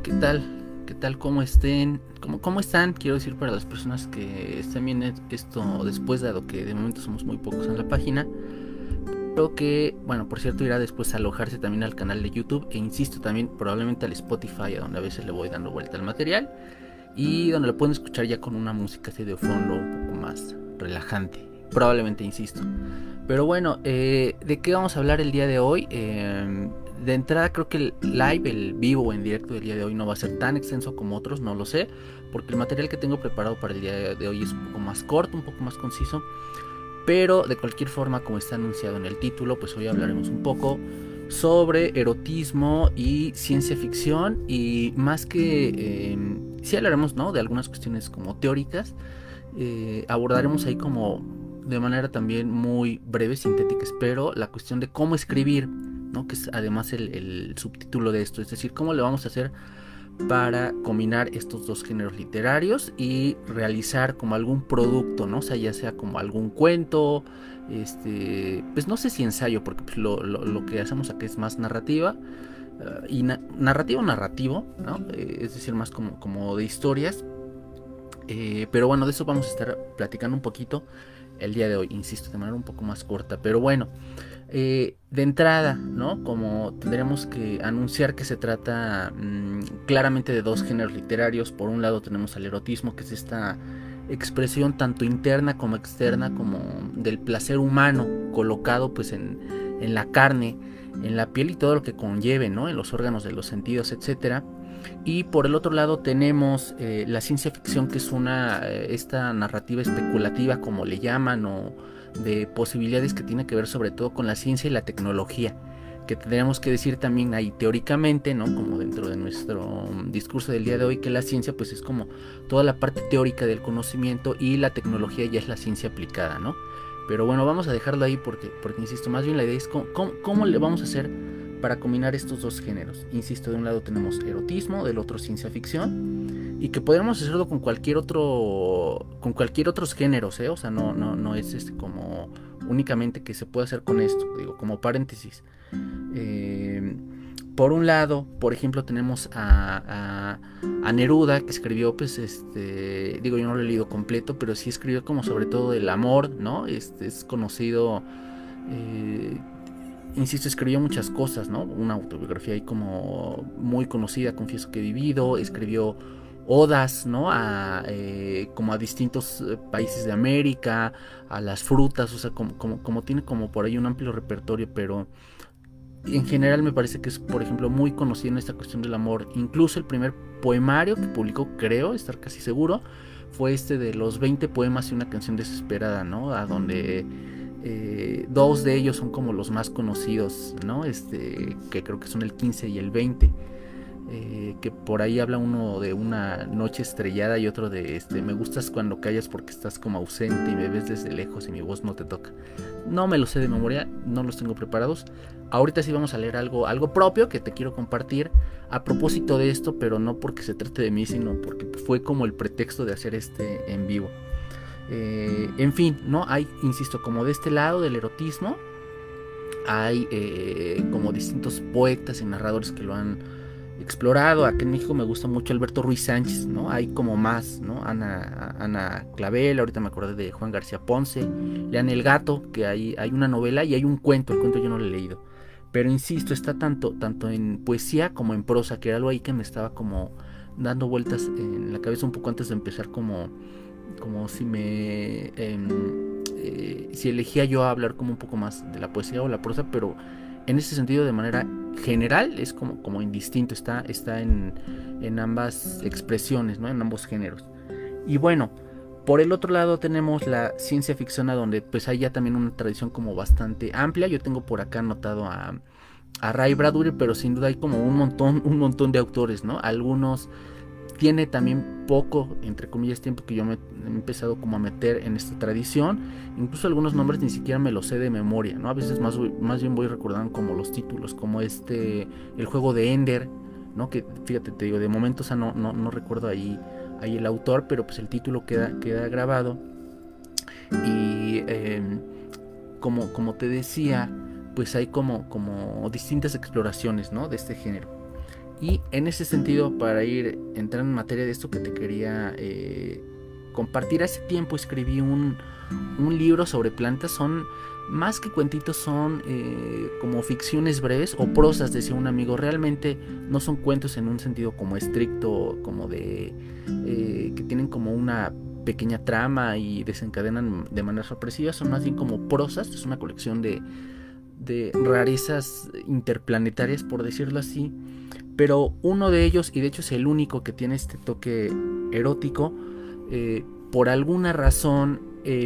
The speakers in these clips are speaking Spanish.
¿qué tal? ¿Qué tal? ¿Cómo estén? ¿Cómo están? Quiero decir para las personas que están viendo esto después, dado que de momento somos muy pocos en la página. Creo que, bueno, por cierto, irá después a alojarse también al canal de YouTube e insisto también probablemente al Spotify, a donde a veces le voy dando vuelta al material y donde lo pueden escuchar ya con una música así de fondo un poco más relajante. Probablemente, insisto. Pero bueno, ¿de qué vamos a hablar el día de hoy? De entrada creo que el live, el vivo o en directo del día de hoy no va a ser tan extenso como otros, no lo sé, porque el material que tengo preparado para el día de hoy es un poco más corto, un poco más conciso, pero de cualquier forma, como está anunciado en el título, pues hoy hablaremos un poco sobre erotismo y ciencia ficción y más que sí hablaremos, ¿no?, de algunas cuestiones como teóricas. Abordaremos ahí como de manera también muy breve, sintética, espero, la cuestión de cómo escribir, ¿no?, que es además el subtítulo de esto, es decir, cómo le vamos a hacer para combinar estos dos géneros literarios y realizar como algún producto, ¿no? O sea, ya sea como algún cuento, pues no sé si ensayo, porque pues lo que hacemos aquí es más narrativa, y narrativo, ¿no? Es decir, más como de historias. Pero bueno, de eso vamos a estar platicando un poquito el día de hoy, insisto, de manera un poco más corta. Pero bueno, de entrada, ¿no?, como tendríamos que anunciar que se trata claramente de dos géneros literarios. Por un lado tenemos al erotismo, que es esta expresión tanto interna como externa, como del placer humano colocado pues en la carne, en la piel y todo lo que conlleve, ¿no?, en los órganos de los sentidos, etcétera. Y por el otro lado tenemos la ciencia ficción, que es esta narrativa especulativa, como le llaman, o de posibilidades que tiene que ver sobre todo con la ciencia y la tecnología, que tendríamos que decir también ahí teóricamente, ¿no?, como dentro de nuestro discurso del día de hoy, que la ciencia pues es como toda la parte teórica del conocimiento y la tecnología ya es la ciencia aplicada, ¿no? Pero bueno, vamos a dejarlo ahí porque insisto, más bien la idea es cómo le vamos a hacer para combinar estos dos géneros. Insisto, de un lado tenemos erotismo, del otro ciencia ficción, y que podríamos hacerlo con cualquier otros géneros, o sea, no es como únicamente que se puede hacer con esto, digo, como paréntesis. Eh, por un lado, por ejemplo, tenemos a Neruda, que escribió, pues, digo, yo no lo he leído completo, pero sí escribió como sobre todo del amor, ¿no? Es conocido, insisto, escribió muchas cosas, ¿no? Una autobiografía ahí como muy conocida, Confieso que he vivido, escribió odas, ¿no?, como a distintos países de América, a las frutas, o sea, como tiene como por ahí un amplio repertorio, pero en general me parece que es, por ejemplo, muy conocido en esta cuestión del amor. Incluso el primer poemario que publicó, creo, estar casi seguro, fue de los 20 poemas y una canción desesperada, ¿no?, a donde dos de ellos son como los más conocidos, ¿no? Que creo que son el 15 y el 20. Que por ahí habla uno de una noche estrellada y otro de me gustas cuando callas porque estás como ausente y me ves desde lejos y mi voz no te toca. No me lo sé de memoria, no los tengo preparados. Ahorita sí vamos a leer algo propio que te quiero compartir a propósito de esto, pero no porque se trate de mí, sino porque fue como el pretexto de hacer en vivo. En fin, ¿no? Hay, insisto, como de este lado del erotismo, hay como distintos poetas y narradores que lo han explorado. Aquí en México me gusta mucho Alberto Ruiz Sánchez, ¿no? Hay como más, ¿no? Ana Clavel, ahorita me acordé de Juan García Ponce, Lean el Gato, que hay una novela y hay un cuento, el cuento yo no lo he leído. Pero insisto, está tanto en poesía como en prosa, que era algo ahí que me estaba como dando vueltas en la cabeza un poco antes de empezar, como si elegía yo a hablar como un poco más de la poesía o la prosa, pero en ese sentido de manera general es como indistinto, está en ambas expresiones, ¿no?, en ambos géneros. Y bueno, por el otro lado tenemos la ciencia ficción, a donde pues hay ya también una tradición como bastante amplia. Yo tengo por acá anotado a Ray Bradbury, pero sin duda hay como un montón de autores, ¿no? Algunos tiene también poco, entre comillas, tiempo que yo me he empezado como a meter en esta tradición. Incluso algunos nombres ni siquiera me los sé de memoria, ¿no? A veces más bien voy recordando como los títulos, como el juego de Ender, ¿no? Que fíjate, te digo, de momento, o sea, no recuerdo ahí el autor, pero pues el título queda grabado. Y como te decía, pues hay como distintas exploraciones, ¿no?, de este género. Y en ese sentido, para ir entrando en materia de esto que te quería compartir, hace tiempo escribí un libro sobre plantas. Son más que cuentitos, son como ficciones breves o prosas, decía un amigo. Realmente no son cuentos en un sentido como estricto, como de que tienen como una pequeña trama y desencadenan de manera sorpresiva. Son más bien como prosas. Es una colección de rarezas interplanetarias, por decirlo así. Pero uno de ellos, y de hecho es el único que tiene este toque erótico, por alguna razón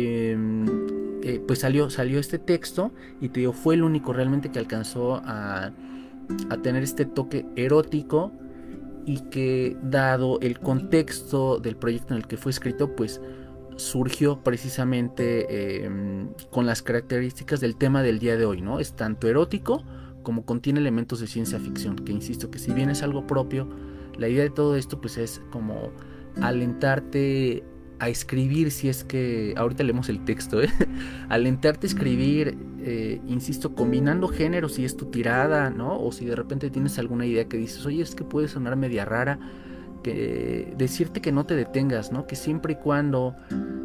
pues salió este texto, y te digo, fue el único realmente que alcanzó a tener este toque erótico, y que, dado el contexto del proyecto en el que fue escrito, pues surgió precisamente con las características del tema del día de hoy, ¿no? Es tanto erótico como contiene elementos de ciencia ficción, que insisto que si bien es algo propio, la idea de todo esto pues es como alentarte a escribir, si es que ahorita leemos el texto, alentarte a escribir, insisto, combinando géneros, si es tu tirada, ¿no? O si de repente tienes alguna idea que dices, oye, es que puede sonar media rara, que decirte que no te detengas, ¿no? Que siempre y cuando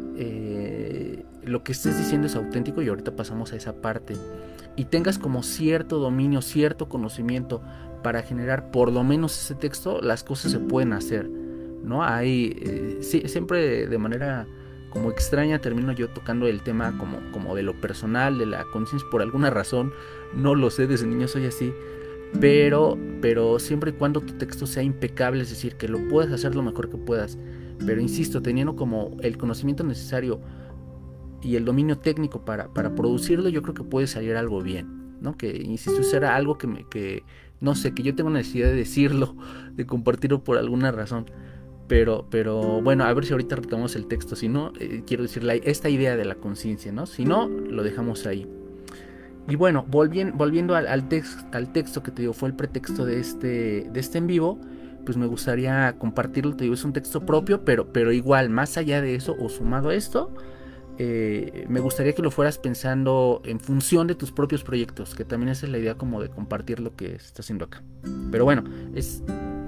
lo que estés diciendo es auténtico, y ahorita pasamos a esa parte, y tengas como cierto dominio, cierto conocimiento para generar por lo menos ese texto, las cosas se pueden hacer, ¿no? Hay siempre de manera como extraña termino yo tocando el tema como de lo personal, de la conciencia, por alguna razón, no lo sé, desde niño soy así. Pero siempre y cuando tu texto sea impecable, es decir, que lo puedas hacer lo mejor que puedas, pero insisto, teniendo como el conocimiento necesario y el dominio técnico para producirlo, yo creo que puede salir algo bien, ¿no? Que, insisto, eso era algo que no sé, que yo tengo necesidad de decirlo, de compartirlo por alguna razón. Pero bueno, a ver si ahorita retomamos el texto. Si no, quiero decirle esta idea de la conciencia, ¿no? Si no, lo dejamos ahí. Y bueno, volviendo al texto que te digo, fue el pretexto de este en vivo, pues me gustaría compartirlo. Te digo, es un texto propio, pero igual, más allá de eso, o sumado a esto, me gustaría que lo fueras pensando en función de tus propios proyectos, que también esa es la idea como de compartir lo que se está haciendo acá. Pero bueno, es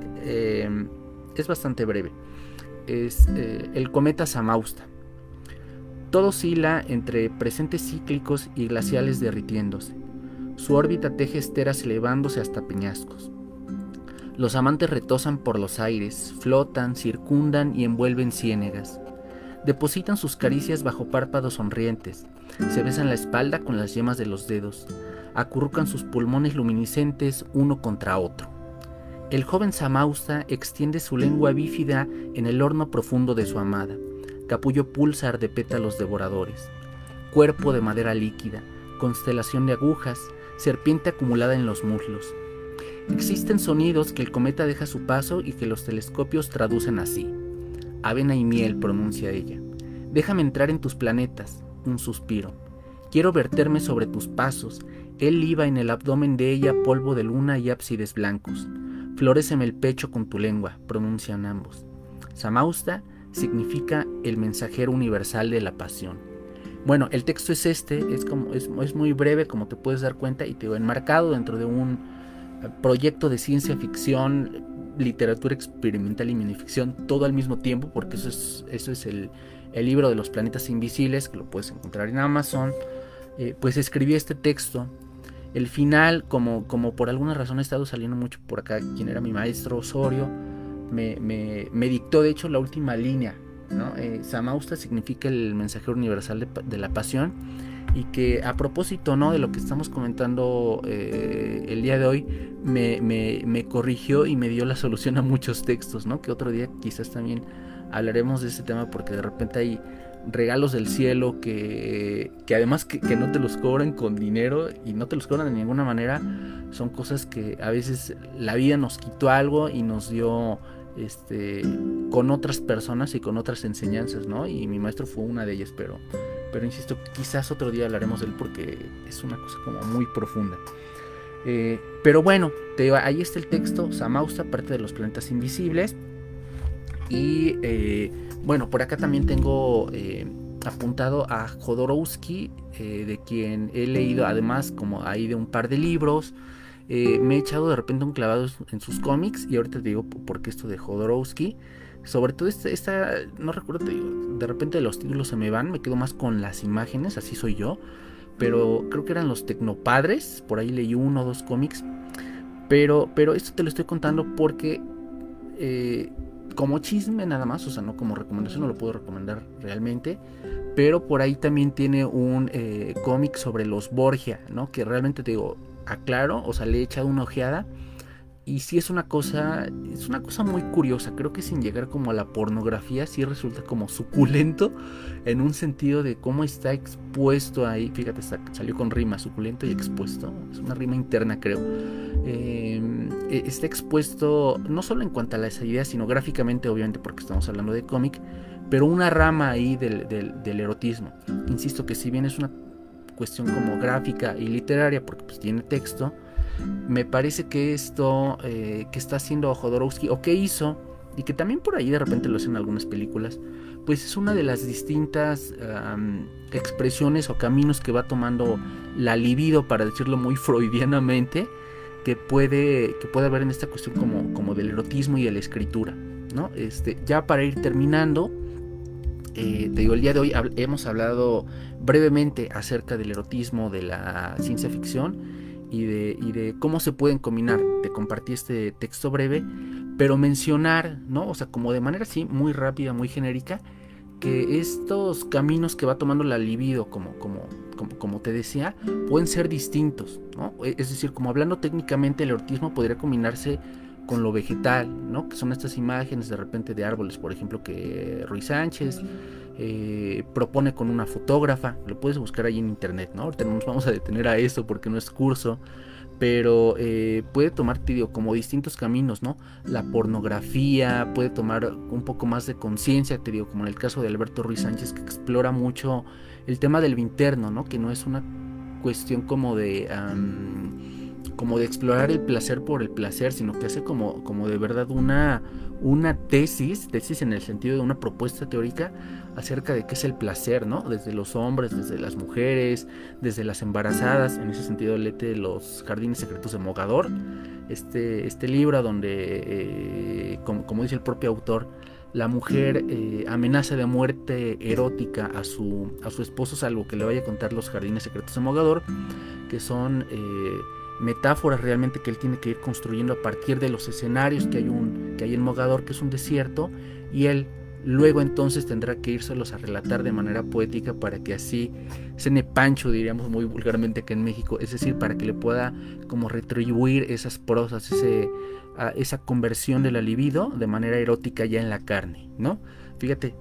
bastante breve. Es el cometa Zamausta. Todo oscila entre presentes cíclicos y glaciales derritiéndose. Su órbita teje esteras elevándose hasta peñascos. Los amantes retosan por los aires, flotan, circundan y envuelven ciénegas. Depositan sus caricias bajo párpados sonrientes, se besan la espalda con las yemas de los dedos, acurrucan sus pulmones luminiscentes uno contra otro. El joven Zamausta extiende su lengua bífida en el horno profundo de su amada, capullo púlsar de pétalos devoradores, cuerpo de madera líquida, constelación de agujas, serpiente acumulada en los muslos. Existen sonidos que el cometa deja a su paso y que los telescopios traducen así. Avena y miel, pronuncia ella. Déjame entrar en tus planetas, un suspiro. Quiero verterme sobre tus pasos. Él liba en el abdomen de ella polvo de luna y ábsides blancos. Floréceme el pecho con tu lengua, pronuncian ambos. Zamausta significa el mensajero universal de la pasión. Bueno, el texto es es muy breve, como te puedes dar cuenta, y te digo, enmarcado dentro de un proyecto de ciencia ficción, literatura experimental y minificción, todo al mismo tiempo, porque eso es el libro de los planetas invisibles, que lo puedes encontrar en Amazon. Pues escribí este texto. El final, como por alguna razón ha estado saliendo mucho por acá, quien era mi maestro Osorio, me dictó de hecho la última línea, ¿no? Zamausta significa el mensajero universal de la pasión, y que a propósito, ¿no?, de lo que estamos comentando el día de hoy, me corrigió y me dio la solución a muchos textos, ¿no? Que otro día quizás también hablaremos de ese tema, porque de repente hay regalos del cielo que además que no te los cobran con dinero y no te los cobran de ninguna manera. Son cosas que a veces la vida nos quitó algo y nos dio con otras personas y con otras enseñanzas, ¿no? Y mi maestro fue una de ellas, pero insisto, quizás otro día hablaremos de él, porque es una cosa como muy profunda. Pero bueno, te digo, ahí está el texto, Zamausta, parte de los planetas invisibles. Y bueno, por acá también tengo apuntado a Jodorowsky, de quien he leído además como ahí de un par de libros. Me he echado de repente un clavado en sus cómics, y ahorita te digo por qué esto de Jodorowsky. Sobre todo esta, no recuerdo, te digo, de repente los títulos se me van, me quedo más con las imágenes, así soy yo. Pero creo que eran los Tecnopadres, por ahí leí 1 o 2 cómics. Pero esto te lo estoy contando porque como chisme nada más, o sea, no como recomendación, no lo puedo recomendar realmente. Pero por ahí también tiene un cómic sobre los Borgia, ¿no? Que realmente te digo, aclaro, o sea, le he echado una ojeada. Y sí es una cosa muy curiosa. Creo que sin llegar como a la pornografía, sí resulta como suculento en un sentido de cómo está expuesto ahí. Fíjate, salió con rima, suculento y expuesto. Es una rima interna, creo. Está expuesto no solo en cuanto a las ideas, sino gráficamente, obviamente, porque estamos hablando de cómic, pero una rama ahí del erotismo. Insisto que si bien es una cuestión como gráfica y literaria, porque pues tiene texto, me parece que esto que está haciendo Jodorowsky, o que hizo, y que también por ahí de repente lo hacen en algunas películas, pues es una de las distintas expresiones o caminos que va tomando la libido, para decirlo muy freudianamente, que puede haber en esta cuestión como del erotismo y de la escritura, ¿no? Ya para ir terminando, te digo, el día de hoy hemos hablado brevemente acerca del erotismo, de la ciencia ficción y de cómo se pueden combinar. Te compartí este texto breve, pero mencionar, ¿no? O sea, como de manera así muy rápida, muy genérica, que estos caminos que va tomando la libido, como te decía, pueden ser distintos, ¿no? Es decir, como hablando técnicamente, el erotismo podría combinarse con lo vegetal, ¿no? Que son estas imágenes de repente de árboles, por ejemplo, que Ruiz Sánchez propone con una fotógrafa. Lo puedes buscar ahí en internet, ¿no? Ahorita no nos vamos a detener a eso porque no es curso, pero puede tomar, te digo, como distintos caminos, ¿no? La pornografía puede tomar un poco más de conciencia, te digo, como en el caso de Alberto Ruiz Sánchez, que explora mucho el tema del interno, ¿no? Que no es una cuestión como de explorar el placer por el placer, sino que hace como de verdad una tesis en el sentido de una propuesta teórica acerca de qué es el placer, ¿no? Desde los hombres, desde las mujeres, desde las embarazadas. En ese sentido, léete Los Jardines Secretos de Mogador, este libro donde, como dice el propio autor, la mujer amenaza de muerte erótica a su esposo, salvo que le vaya a contar los jardines secretos de Mogador, que son metáforas realmente que él tiene que ir construyendo a partir de los escenarios que hay en Mogador, que es un desierto, y él luego entonces tendrá que írselos a relatar de manera poética para que así cene Pancho, diríamos muy vulgarmente aquí en México, es decir, para que le pueda como retribuir esas prosas, esa conversión de la libido de manera erótica ya en la carne, ¿no? Fíjate,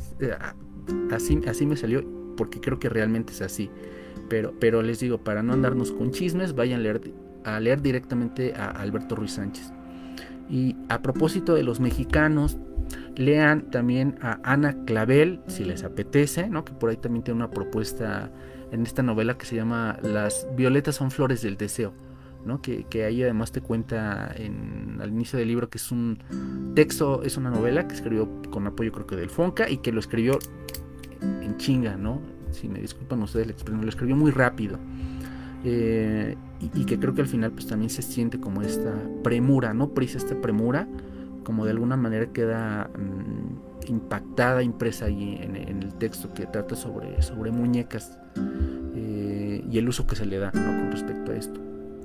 así me salió, porque creo que realmente es así. Pero les digo, para no andarnos con chismes, vayan a leer directamente a Alberto Ruiz Sánchez. Y a propósito de los mexicanos, lean también a Ana Clavel, si les apetece, ¿no? Que por ahí también tiene una propuesta en esta novela que se llama Las violetas son flores del deseo, ¿no? Que ahí además te cuenta al inicio del libro que es un texto, es una novela que escribió con apoyo, creo que del Fonca, y que lo escribió en chinga, ¿no? Si me disculpan ustedes la expresión, lo escribió muy rápido, y que creo que al final pues también se siente como esta premura, no prisa, esta premura como de alguna manera queda impactada, impresa ahí en el texto, que trata sobre muñecas, y el uso que se le da, ¿no? Con respecto a esto.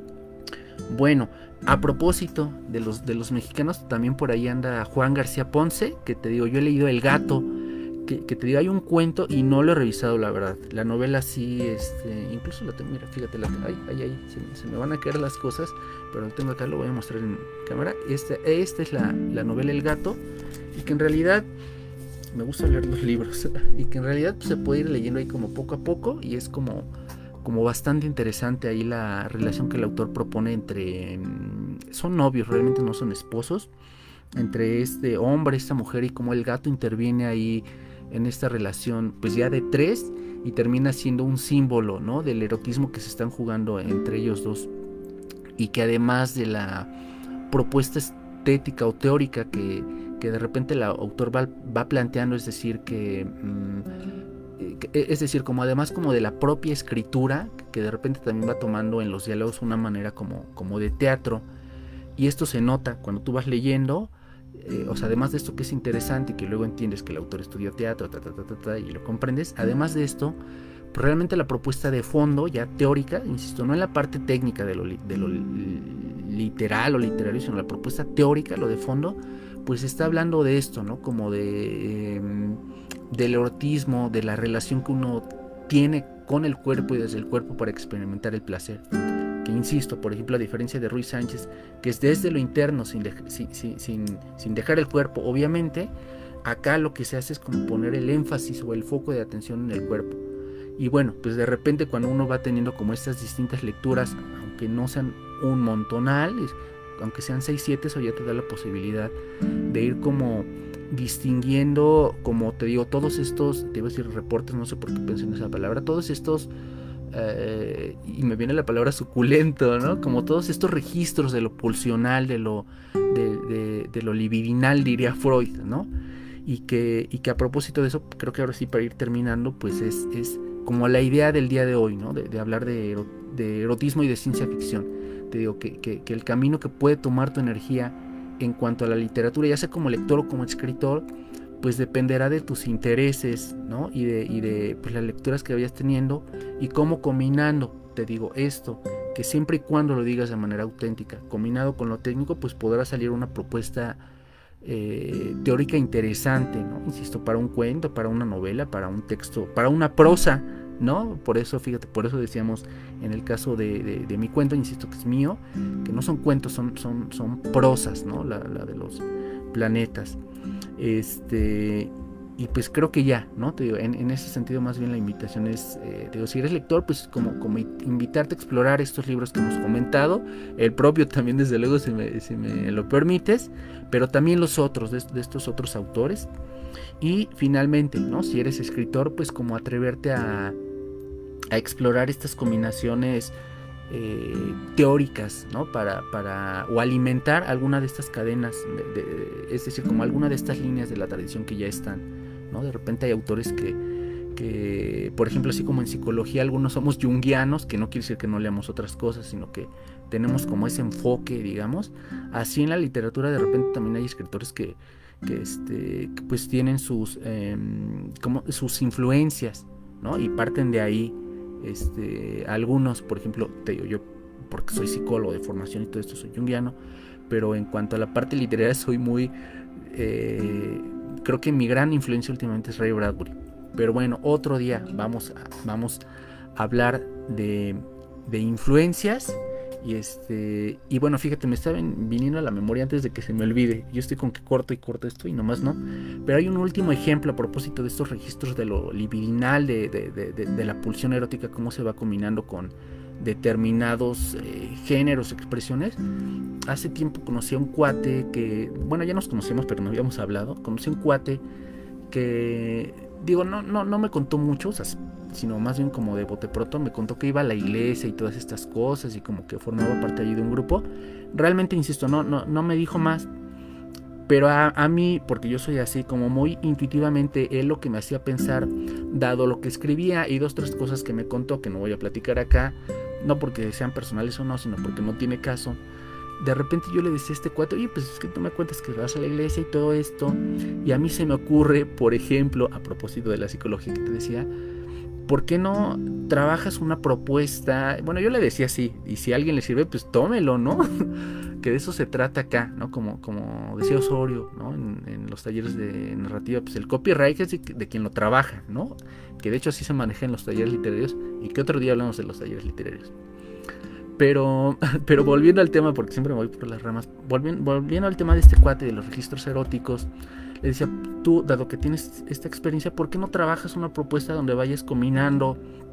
Bueno, a propósito de los mexicanos, también por ahí anda Juan García Ponce, que te digo, yo he leído El Gato, que te digo, hay un cuento y no lo he revisado, la verdad. La novela sí, incluso la tengo, mira, fíjate, ahí se me van a caer las cosas, pero lo tengo acá, lo voy a mostrar en cámara. Esta es la novela El Gato, y que en realidad me gusta leer los libros, y que en realidad pues, se puede ir leyendo ahí como poco a poco, y es como bastante interesante ahí la relación que el autor propone entre, son novios, realmente no son esposos, entre este hombre, esta mujer, y cómo el gato interviene ahí en esta relación pues ya de 3, y termina siendo un símbolo, ¿no? Del erotismo que se están jugando entre ellos dos, y que además de la propuesta estética o teórica que de repente el autor va planteando, es decir, que es decir, como además como de la propia escritura, que de repente también va tomando en los diálogos una manera como de teatro, y esto se nota cuando tú vas leyendo, o sea, además de esto que es interesante y que luego entiendes que el autor estudió teatro, y lo comprendes, además de esto, pues realmente la propuesta de fondo, ya teórica, insisto, no en la parte técnica de lo literal o literario, sino la propuesta teórica, lo de fondo, pues está hablando de esto, ¿no? Como del erotismo, de la relación que uno tiene con el cuerpo y desde el cuerpo para experimentar el placer. Que insisto, por ejemplo, a diferencia de Ruiz Sánchez, que es desde lo interno, sin dejar el cuerpo, obviamente, acá lo que se hace es como poner el énfasis o el foco de atención en el cuerpo. Y bueno, pues de repente cuando uno va teniendo como estas distintas lecturas, aunque no sean un montonal, aunque sean 6, 7, eso ya te da la posibilidad de ir como distinguiendo, como te digo, todos estos, te iba a decir reportes, no sé por qué pensé en esa palabra, todos estos, y me viene la palabra suculento, ¿no? Como todos estos registros de lo pulsional, de lo libidinal, diría Freud, ¿no? Y que a propósito de eso, creo que ahora sí para ir terminando, pues es como la idea del día de hoy, ¿no? De hablar de erotismo y de ciencia ficción. Te digo que el camino que puede tomar tu energía en cuanto a la literatura, ya sea como lector o como escritor, pues dependerá de tus intereses, ¿no? Y de pues, las lecturas que vayas teniendo y cómo combinando, te digo, esto, que siempre y cuando lo digas de manera auténtica, combinado con lo técnico, pues podrá salir una propuesta teórica interesante, ¿no? Insisto, para un cuento, para una novela, para un texto, para una prosa, ¿no? Por eso, fíjate, por eso decíamos en el caso de mi cuento, insisto que es mío, que no son cuentos, son prosas, ¿no? La de los planetas. Y pues creo que ya, ¿no? Te digo, en ese sentido más bien la invitación es, te digo, si eres lector, pues como invitarte a explorar estos libros que hemos comentado, el propio también desde luego si me lo permites, pero también los otros, de estos otros autores. Y finalmente, ¿no? Si eres escritor, pues como atreverte a explorar estas combinaciones teóricas, ¿no? O alimentar alguna de estas cadenas, es decir, como alguna de estas líneas de la tradición que ya están, ¿no? De repente hay autores que, por ejemplo, así como en psicología algunos somos junguianos, que no quiere decir que no leamos otras cosas, sino que tenemos como ese enfoque, digamos. Así en la literatura de repente también hay escritores que pues tienen sus influencias, ¿no? Y parten de ahí. Algunos, por ejemplo, te digo, yo porque soy psicólogo de formación y todo esto, soy junguiano, pero en cuanto a la parte literaria soy muy creo que mi gran influencia últimamente es Ray Bradbury. Pero bueno, otro día vamos a hablar de influencias. Y bueno, fíjate, me está viniendo a la memoria antes de que se me olvide. Yo estoy con que corto esto y nomás no. Pero hay un último ejemplo a propósito de estos registros de lo libidinal, de la pulsión erótica, cómo se va combinando con determinados géneros, expresiones. Hace tiempo conocí a un cuate que, bueno, ya nos conocíamos, pero no habíamos hablado. Conocí a un cuate que, digo, no me contó mucho, o sea, sino más bien como de bote pronto me contó que iba a la iglesia y todas estas cosas y como que formaba parte allí de un grupo. Realmente, insisto, no me dijo más, pero a mí, porque yo soy así, como muy intuitivamente, él lo que me hacía pensar, dado lo que escribía y 2, 3 cosas que me contó, que no voy a platicar acá, no porque sean personales o no, sino porque no tiene caso. De repente yo le decía a este cuate, oye, pues es que tú me cuentas que vas a la iglesia y todo esto, y a mí se me ocurre, por ejemplo, a propósito de la psicología que te decía, ¿por qué no trabajas una propuesta? Bueno, yo le decía así, y si a alguien le sirve, pues tómelo, ¿no? Que de eso se trata acá, ¿no? Como decía Osorio, ¿no? En los talleres de narrativa, pues el copyright es de quien lo trabaja, ¿no? Que de hecho así se maneja en los talleres literarios, y que otro día hablamos de los talleres literarios. Pero volviendo al tema, porque siempre me voy por las ramas, volviendo al tema de este cuate de los registros eróticos, le decía, tú, dado que tienes esta experiencia, ¿por qué no trabajas una propuesta donde vayas combinando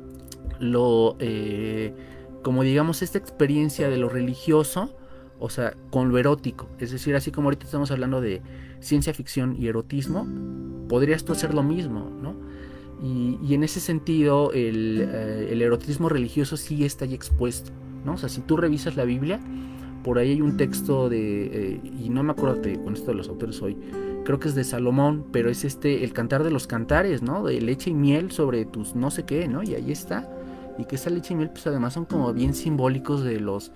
como digamos esta experiencia de lo religioso, o sea, con lo erótico? Es decir, así como ahorita estamos hablando de ciencia ficción y erotismo, podrías tú hacer lo mismo, ¿no? Y en ese sentido el erotismo religioso sí está ahí expuesto, ¿no? O sea, si tú revisas la Biblia, por ahí hay un texto y no me acuerdo con esto de los autores hoy, creo que es de Salomón, pero es el cantar de los cantares, ¿no? De leche y miel sobre tus no sé qué, ¿no? Y ahí está. Y que esa leche y miel pues además son como bien simbólicos de los...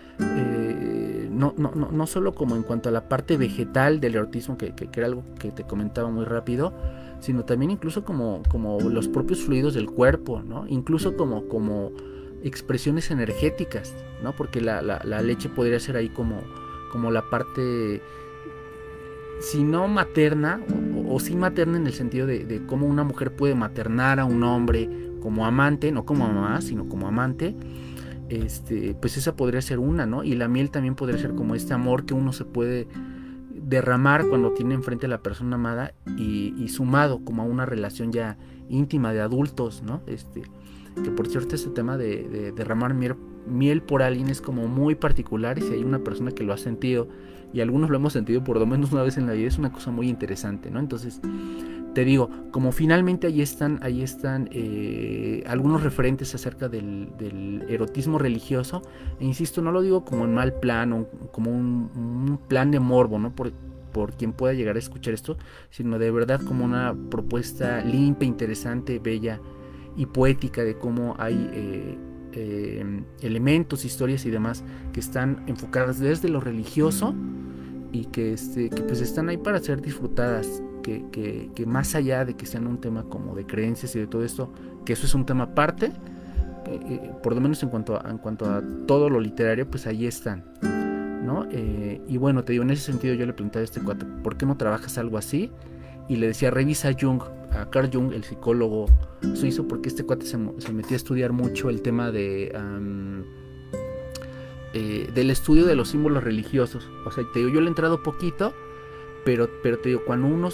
no solo como en cuanto a la parte vegetal del erotismo, que era algo que te comentaba muy rápido, sino también incluso como los propios fluidos del cuerpo, ¿no? Incluso como expresiones energéticas, ¿no? Porque la leche podría ser ahí como la parte, si no materna, o sí materna en el sentido de cómo una mujer puede maternar a un hombre como amante, no como mamá, sino como amante. Pues esa podría ser una, ¿no? Y la miel también podría ser como este amor que uno se puede derramar cuando tiene enfrente a la persona amada y sumado como a una relación ya íntima de adultos, ¿no? Que por cierto este tema de derramar miel por alguien es como muy particular, y si hay una persona que lo ha sentido, y algunos lo hemos sentido por lo menos una vez en la vida, es una cosa muy interesante, ¿no? Entonces te digo, como finalmente ahí están algunos referentes acerca del erotismo religioso, e insisto, no lo digo como en mal plan o como un plan de morbo, ¿no? Por quien pueda llegar a escuchar esto, sino de verdad como una propuesta limpia, interesante, bella y poética de cómo hay elementos, historias y demás que están enfocadas desde lo religioso y que pues están ahí para ser disfrutadas, que más allá de que sean un tema como de creencias y de todo esto, que eso es un tema aparte, por lo menos en cuanto a todo lo literario, pues ahí están, ¿no? Y bueno, te digo, en ese sentido yo le preguntaba a este cuate, ¿por qué no trabajas algo así? Y le decía, revisa a Carl Jung, el psicólogo suizo, porque este cuate se metió a estudiar mucho el tema del estudio de los símbolos religiosos. O sea, te digo, yo le he entrado poquito, pero te digo, cuando uno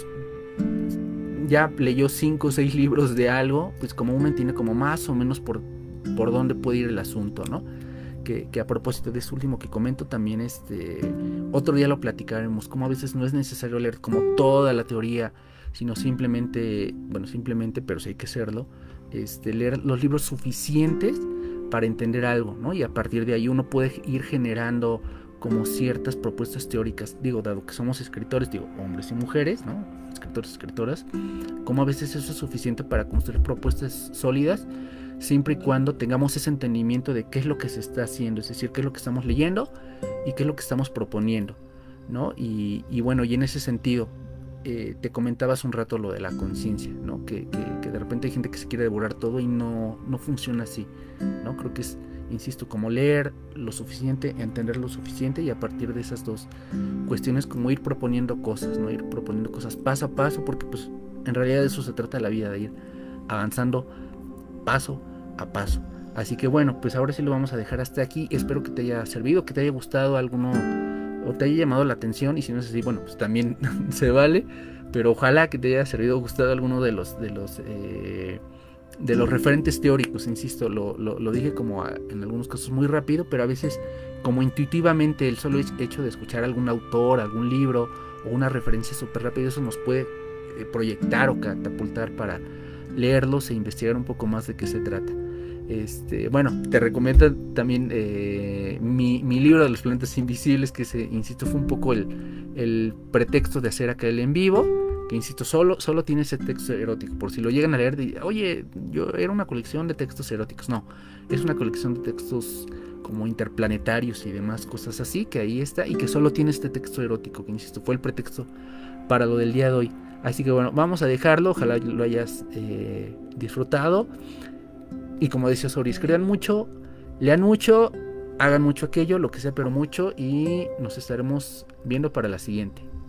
ya leyó 5 o 6 libros de algo, pues como uno entiende como más o menos por dónde puede ir el asunto, ¿no? Que a propósito de eso último que comento también, otro día lo platicaremos, como a veces no es necesario leer como toda la teoría, sino simplemente, pero sí hay que hacerlo, leer los libros suficientes para entender algo, ¿no? Y a partir de ahí uno puede ir generando como ciertas propuestas teóricas, digo, dado que somos escritores, digo, hombres y mujeres, ¿no? Escritores, escritoras, como a veces eso es suficiente para construir propuestas sólidas, siempre y cuando tengamos ese entendimiento de qué es lo que se está haciendo, es decir, qué es lo que estamos leyendo y qué es lo que estamos proponiendo, ¿no? Y bueno, y en ese sentido, te comentabas un rato lo de la conciencia, ¿no? Que de repente hay gente que se quiere devorar todo y no funciona así, ¿no? Creo que es, insisto, como leer lo suficiente, entender lo suficiente, y a partir de esas dos cuestiones como ir proponiendo cosas, ¿no? Ir proponiendo cosas paso a paso, porque pues en realidad de eso se trata la vida, de ir avanzando paso a paso. Así que bueno, pues ahora sí lo vamos a dejar hasta aquí. Espero que te haya servido, que te haya gustado alguno o te haya llamado la atención, y si no es así, bueno, pues también se vale, pero ojalá que te haya servido, gustado alguno de los referentes teóricos. Insisto, lo dije como en algunos casos muy rápido, pero a veces como intuitivamente el solo hecho de escuchar algún autor, algún libro o una referencia súper rápido, eso nos puede proyectar o catapultar para leerlos e investigar un poco más de qué se trata. Bueno, te recomiendo también mi libro de los planetas invisibles, que insisto, fue un poco el pretexto de hacer aquel en vivo, que insisto, solo tiene ese texto erótico, por si lo llegan a leer, oye, era una colección de textos eróticos. No, es una colección de textos como interplanetarios y demás cosas así, que ahí está, y que solo tiene este texto erótico, que insisto, fue el pretexto para lo del día de hoy. Así que bueno, vamos a dejarlo, ojalá lo hayas disfrutado. Y como decía Sori, escriban mucho, lean mucho, hagan mucho aquello, lo que sea, pero mucho, y nos estaremos viendo para la siguiente.